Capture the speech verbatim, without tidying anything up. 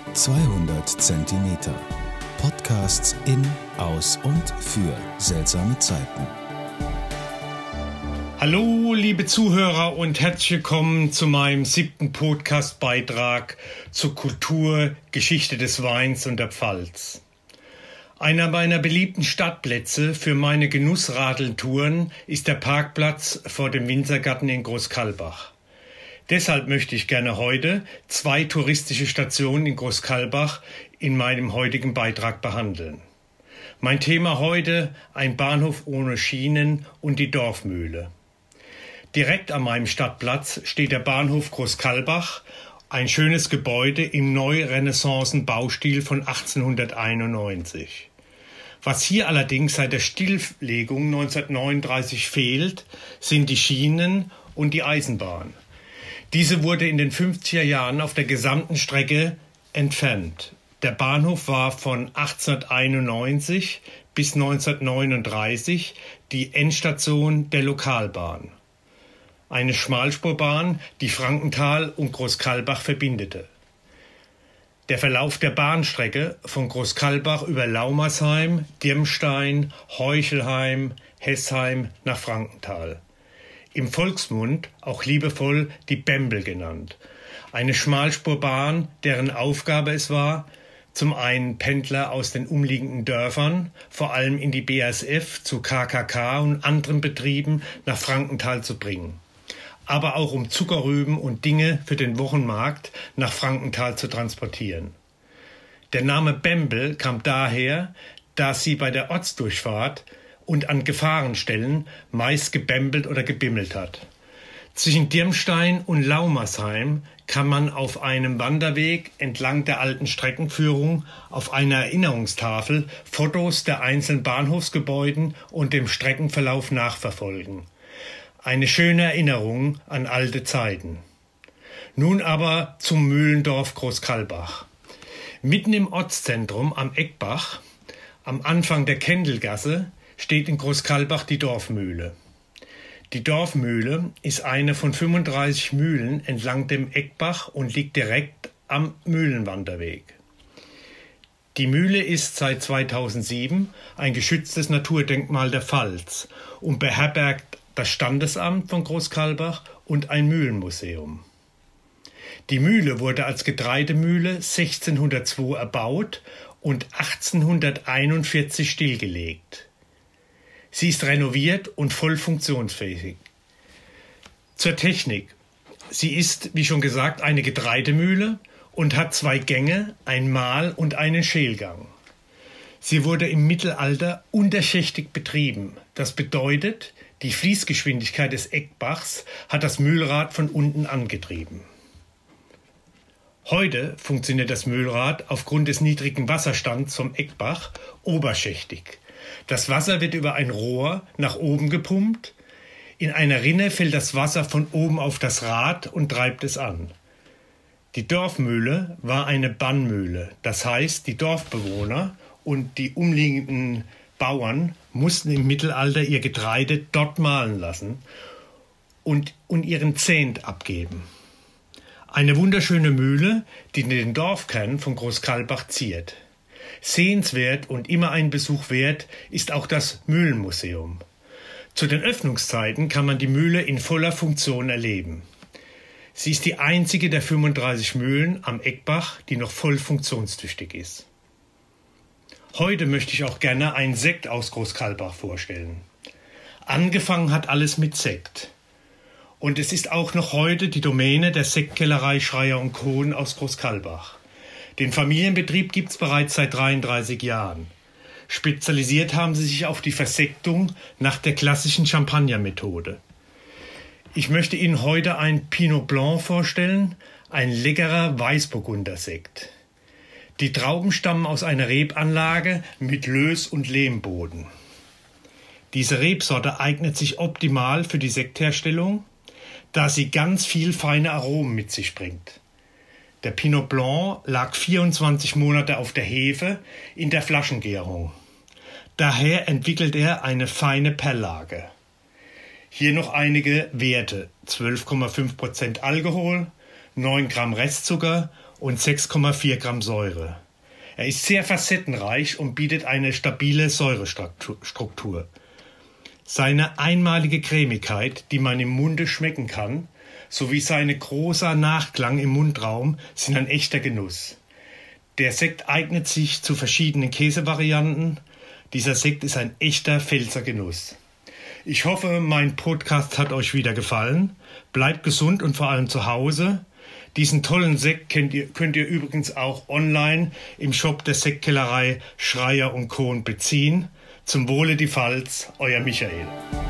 zweihundert Zentimeter. Podcasts in, aus und für seltsame Zeiten. Hallo, liebe Zuhörer und herzlich willkommen zu meinem siebten Podcast-Beitrag zur Kultur, Geschichte des Weins und der Pfalz. Einer meiner beliebten Stadtplätze für meine Genussradeltouren ist der Parkplatz vor dem Winzergarten in Großkalbach. Deshalb möchte ich gerne heute zwei touristische Stationen in Großkalbach in meinem heutigen Beitrag behandeln. Mein Thema heute: ein Bahnhof ohne Schienen und die Dorfmühle. Direkt an meinem Stadtplatz steht der Bahnhof Großkalbach, ein schönes Gebäude im Neurenaissance-Baustil von achtzehnhunderteinundneunzig. Was hier allerdings seit der Stilllegung neunzehnhundertneununddreißig fehlt, sind die Schienen und die Eisenbahn. Diese wurde in den fünfziger Jahren auf der gesamten Strecke entfernt. Der Bahnhof war von achtzehnhunderteinundneunzig bis neunzehnhundertneununddreißig die Endstation der Lokalbahn. Eine Schmalspurbahn, die Frankenthal und Großkalbach verbindete. Der Verlauf der Bahnstrecke von Großkalbach über Laumersheim, Dirmstein, Heuchelheim, Hessheim nach Frankenthal. Im Volksmund auch liebevoll die Bembel genannt. Eine Schmalspurbahn, deren Aufgabe es war, zum einen Pendler aus den umliegenden Dörfern, vor allem in die B A S F, zu K K K und anderen Betrieben nach Frankenthal zu bringen. Aber auch um Zuckerrüben und Dinge für den Wochenmarkt nach Frankenthal zu transportieren. Der Name Bembel kam daher, da sie bei der Ortsdurchfahrt und an Gefahrenstellen meist gebembelt oder gebimmelt hat. Zwischen Dirmstein und Laumersheim kann man auf einem Wanderweg entlang der alten Streckenführung auf einer Erinnerungstafel Fotos der einzelnen Bahnhofsgebäuden und dem Streckenverlauf nachverfolgen. Eine schöne Erinnerung an alte Zeiten. Nun aber zum Mühlendorf Großkalbach. Mitten im Ortszentrum am Eckbach, am Anfang der Kendelgasse, steht in Großkalbach die Dorfmühle. Die Dorfmühle ist eine von fünfunddreißig Mühlen entlang dem Eckbach und liegt direkt am Mühlenwanderweg. Die Mühle ist seit zweitausendsieben ein geschütztes Naturdenkmal der Pfalz und beherbergt das Standesamt von Großkalbach und ein Mühlenmuseum. Die Mühle wurde als Getreidemühle sechzehnhundertzwei erbaut und achtzehnhunderteinundvierzig stillgelegt. Sie ist renoviert und voll funktionsfähig. Zur Technik. Sie ist, wie schon gesagt, eine Getreidemühle und hat zwei Gänge, ein Mahl- und einen Schälgang. Sie wurde im Mittelalter unterschächtig betrieben. Das bedeutet, die Fließgeschwindigkeit des Eckbachs hat das Mühlrad von unten angetrieben. Heute funktioniert das Mühlrad aufgrund des niedrigen Wasserstands vom Eckbach oberschächtig. Das Wasser wird über ein Rohr nach oben gepumpt. In einer Rinne fällt das Wasser von oben auf das Rad und treibt es an. Die Dorfmühle war eine Bannmühle. Das heißt, die Dorfbewohner und die umliegenden Bauern mussten im Mittelalter ihr Getreide dort mahlen lassen und, und ihren Zehnt abgeben. Eine wunderschöne Mühle, die den Dorfkern von Großkalbach ziert. Sehenswert und immer ein Besuch wert ist auch das Mühlenmuseum. Zu den Öffnungszeiten kann man die Mühle in voller Funktion erleben. Sie ist die einzige der fünfunddreißig Mühlen am Eckbach, die noch voll funktionstüchtig ist. Heute möchte ich auch gerne einen Sekt aus Großkalbach vorstellen. Angefangen hat alles mit Sekt. Und es ist auch noch heute die Domäne der Sektkellerei Schreier und Kohn aus Großkalbach. Den Familienbetrieb gibt es bereits seit dreiunddreißig Jahren. Spezialisiert haben sie sich auf die Versektung nach der klassischen Champagner-Methode. Ich möchte Ihnen heute ein Pinot Blanc vorstellen, ein leckerer Weißburgunder-Sekt. Die Trauben stammen aus einer Rebanlage mit Löss- und Lehmboden. Diese Rebsorte eignet sich optimal für die Sektherstellung, da sie ganz viel feine Aromen mit sich bringt. Der Pinot Blanc lag vierundzwanzig Monate auf der Hefe in der Flaschengärung. Daher entwickelt er eine feine Perllage. Hier noch einige Werte: zwölf Komma fünf Prozent Alkohol, neun Gramm Restzucker und sechs Komma vier Gramm Säure. Er ist sehr facettenreich und bietet eine stabile Säurestruktur. Seine einmalige Cremigkeit, die man im Munde schmecken kann, sowie seine großer Nachklang im Mundraum sind ein echter Genuss. Der Sekt eignet sich zu verschiedenen Käsevarianten. Dieser Sekt ist ein echter Pfälzer Genuss. Ich hoffe, mein Podcast hat euch wieder gefallen. Bleibt gesund und vor allem zu Hause. Diesen tollen Sekt könnt ihr, könnt ihr übrigens auch online im Shop der Sektkellerei Schreier und Kohn beziehen. Zum Wohle die Pfalz, euer Michael.